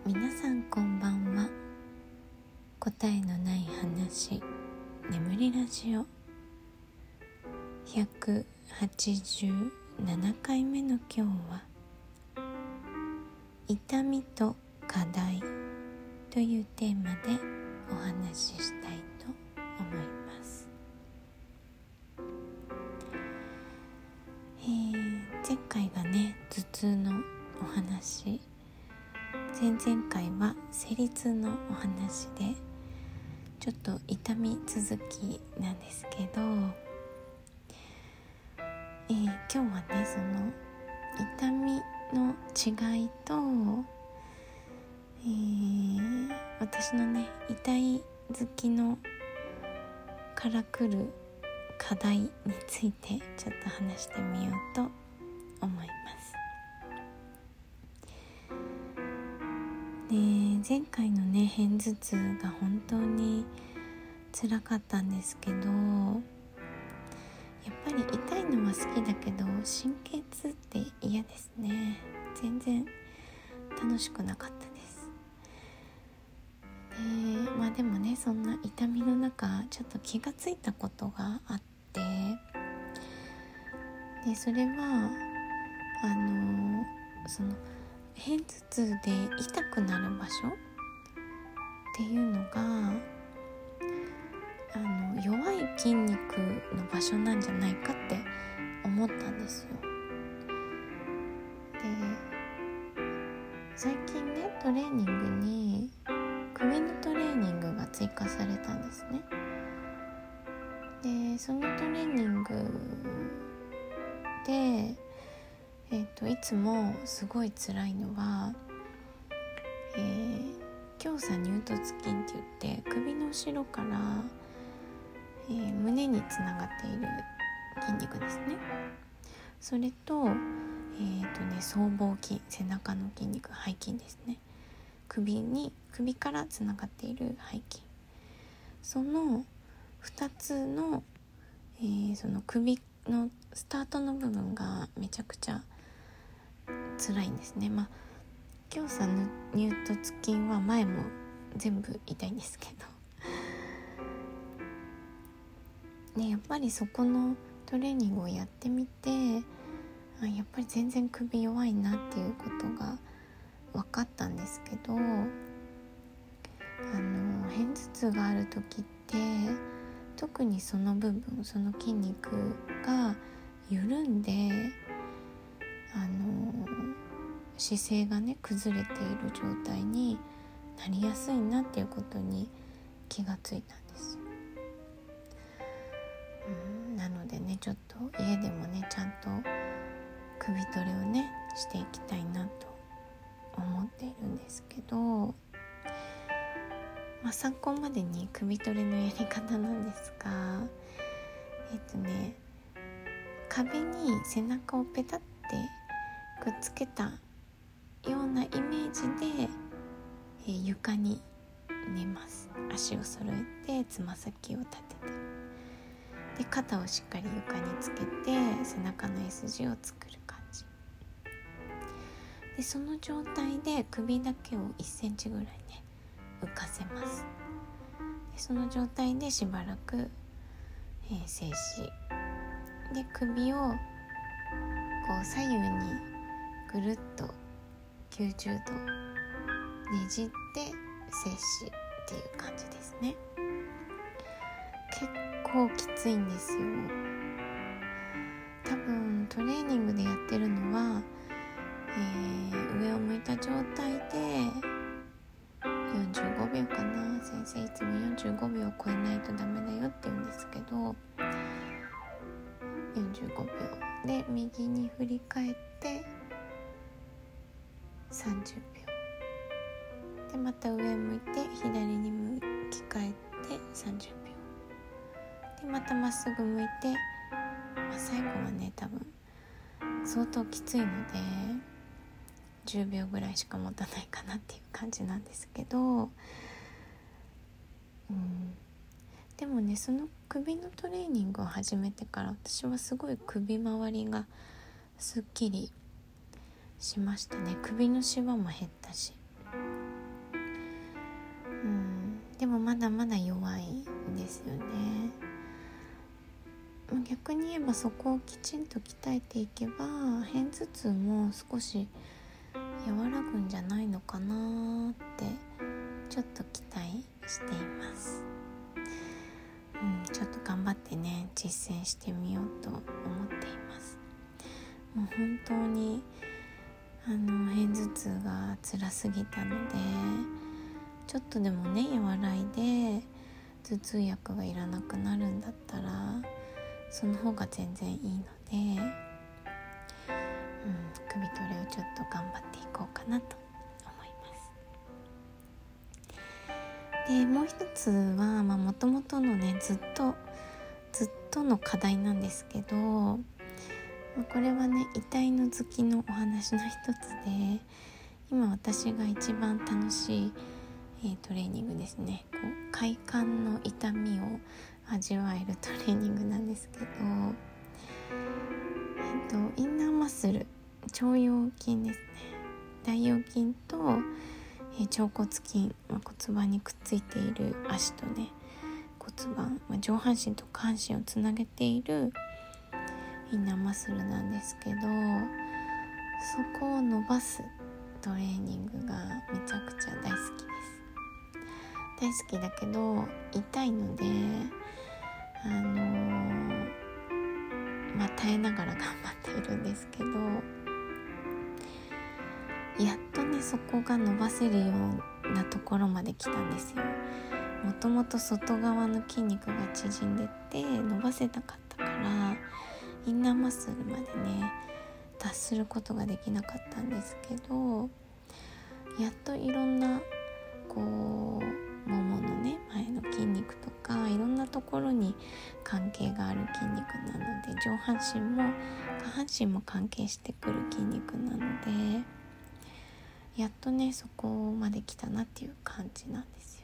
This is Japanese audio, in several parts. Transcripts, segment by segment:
皆さんこんばんは。答えのない話、眠りラジオ187回目の今日は、痛みと課題というテーマでお話ししたいと思います。前回がね、頭痛のお話、前々回は生理痛のお話で、ちょっと痛み続きなんですけど、今日はね、その痛みの違いと、私のね、痛い好きのから来る課題についてちょっと話してみようと思います。で、前回のね、片頭痛が本当に辛かったんですけど、やっぱり痛いのは好きだけど神経痛って嫌ですね。全然楽しくなかったです。でもね、そんな痛みの中ちょっと気がついたことがあって、でそれはその片頭痛で痛くなる場所っていうのが弱い筋肉の場所なんじゃないかって思ったんですよ。で、最近ね、トレーニングに首のトレーニングが追加されたんですね。で、そのトレーニングでいつもすごい辛いのは、胸鎖乳突筋って言って首の後ろから、胸につながっている筋肉ですね。それと、僧帽筋、背中の筋肉、背筋ですね。首からつながっている背筋、その2つの、その首のスタートの部分がめちゃくちゃ辛いんですね。胸鎖乳突筋は前も全部痛いんですけど、やっぱりそこのトレーニングをやってみて、やっぱり全然首弱いなっていうことが分かったんですけど、片頭痛がある時って特にその部分、その筋肉が緩んで姿勢がね崩れている状態になりやすいなっていうことに気がついたんですよ。なのでね、ちょっと家でもね、ちゃんと首トレをねしていきたいなと思っているんですけど、参考までに首トレのやり方なんですが、壁に背中をペタってくっつけたようなイメージで、床に寝ます。足を揃えてつま先を立てて、で肩をしっかり床につけて背中の S 字を作る感じで、その状態で首だけを1センチぐらいね浮かせます。でその状態でしばらく、静止で、首をこう左右にぐるっと90度ねじって静止っていう感じですね。結構きついんですよ。多分トレーニングでやってるのは、上を向いた状態で45秒かな。先生いつも45秒を超えないとダメだよって言うんですけど、45秒で右に振り返って30秒で、また上向いて左に向き返って30秒で、またまっすぐ向いて、最後はね多分相当きついので10秒ぐらいしか持たないかなっていう感じなんですけど、でもね、その首のトレーニングを始めてから私はすごい首周りがすっきりしましたね。首のシワも減ったし、 でもまだまだ弱いんですよね。逆に言えばそこをきちんと鍛えていけば片頭痛も少し和らぐんじゃないのかなってちょっと期待しています。ちょっと頑張ってね実践してみようと思っています。もう本当に片頭痛が辛すぎたので、ちょっとでもね和らいで頭痛薬がいらなくなるんだったらその方が全然いいので、首トレをちょっと頑張っていこうかなと思います。でもう一つはもともとのねずっとの課題なんですけど、これはね痛いの好きのお話の一つで、今私が一番楽しい、トレーニングですね。快感の痛みを味わえるトレーニングなんですけど、インナーマッスル、腸腰筋ですね。大腰筋と、腸骨筋、骨盤にくっついている足とね骨盤、上半身と下半身をつなげているインナーマッスルなんですけど、そこを伸ばすトレーニングがめちゃくちゃ大好きです。大好きだけど痛いので耐えながら頑張っているんですけど、やっとねそこが伸ばせるようなところまで来たんですよ。もともと外側の筋肉が縮んでって伸ばせなかったからインナーマッスルまでね達することができなかったんですけど、やっといろんなもものね前の筋肉とかいろんなところに関係がある筋肉なので、上半身も下半身も関係してくる筋肉なので、やっとねそこまで来たなっていう感じなんですよ。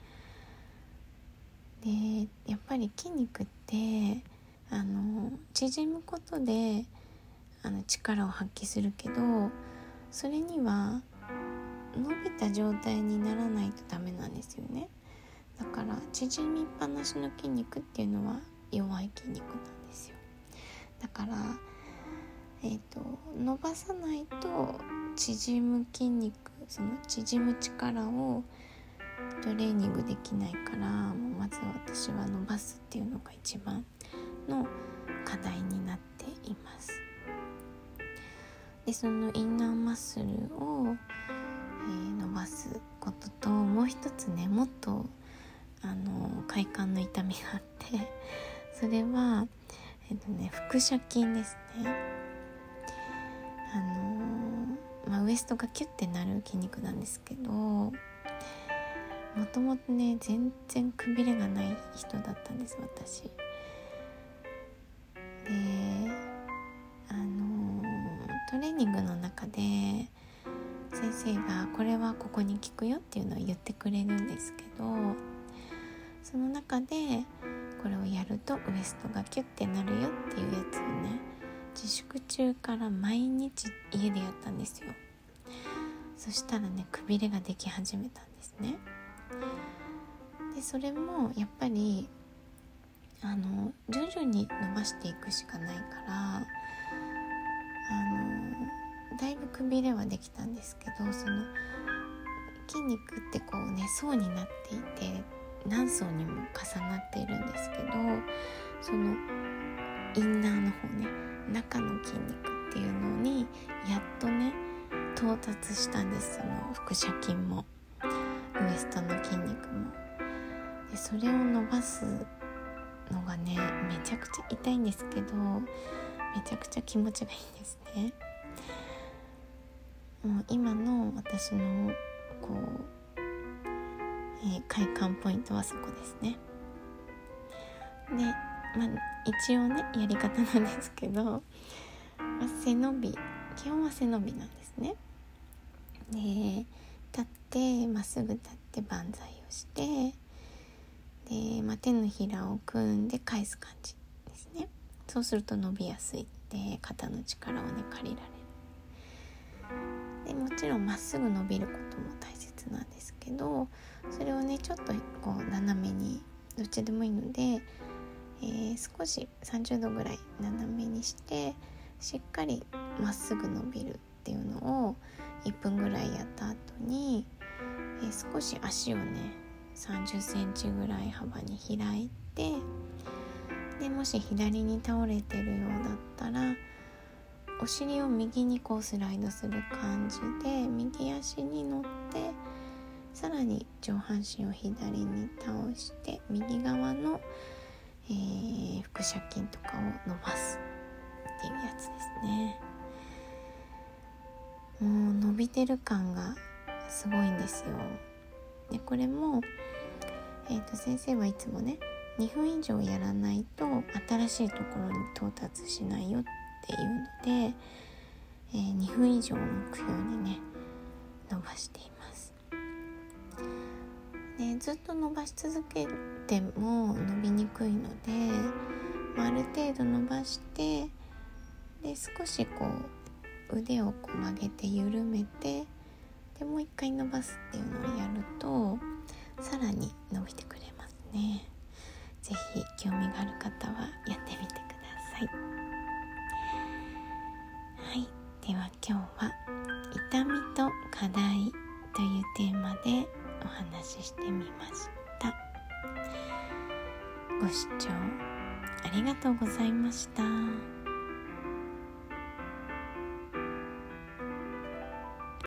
でやっぱり筋肉って縮むことで力を発揮するけど、それには伸びた状態にならないとダメなんですよね。だから縮みっぱなしの筋肉っていうのは弱い筋肉なんですよ。だから伸ばさないと縮む筋肉、その縮む力をトレーニングできないから、まず私は伸ばすっていうのが一番の課題になっています。でそのインナーマッスルを、伸ばすことと、もう一つねもっと快感の痛みがあって、それは腹斜筋ですね。ウエストがキュッてなる筋肉なんですけど、もともとね全然くびれがない人だったんです私で。トレーニングの中で先生がこれはここに効くよっていうのを言ってくれるんですけど、その中でこれをやるとウエストがキュッてなるよっていうやつをね自粛中から毎日家でやったんですよ。そしたらねくびれができ始めたんですね。でそれもやっぱり徐々に伸ばしていくしかないからだいぶくびれはできたんですけど、その筋肉って層になっていて何層にも重なっているんですけど、そのインナーの方ね中の筋肉っていうのにやっとね到達したんです。その腹斜筋もウエストの筋肉も。でそれを伸ばすのがねめちゃくちゃ痛いんですけどめちゃくちゃ気持ちがいいんですね。もう今の私の快感ポイントはそこですね。で、一応ねやり方なんですけど、背伸び、基本は背伸びなんですね。で立ってまっすぐ立って万歳をしてで、手のひらを組んで返す感じですね。そうすると伸びやすいで肩の力をね借りられる。でもちろんまっすぐ伸びることも大切つなんですけど、それをねちょっとこう斜めにどっちでもいいので、少し30度ぐらい斜めにしてしっかりまっすぐ伸びるっていうのを1分ぐらいやった後に、少し足をね30センチぐらい幅に開いて、でもし左に倒れてるようだったらお尻を右にこうスライドする感じで右足に乗って、さらに上半身を左に倒して右側の、腹斜筋とかを伸ばすっていうやつですね。もう伸びてる感がすごいんですよ。でこれも、先生はいつもね2分以上やらないと新しいところに到達しないよっていうので、2分以上を目標にね伸ばしています。でずっと伸ばし続けても伸びにくいので、ある程度伸ばして、で少しこう腕をこう曲げて緩めて、でもう一回伸ばすっていうのをやるとさらに伸びてくれますね。ぜひ興味がある方はやってみてください。はい、では今日は痛みと課題というテーマでお話ししてみました。ご視聴ありがとうございました。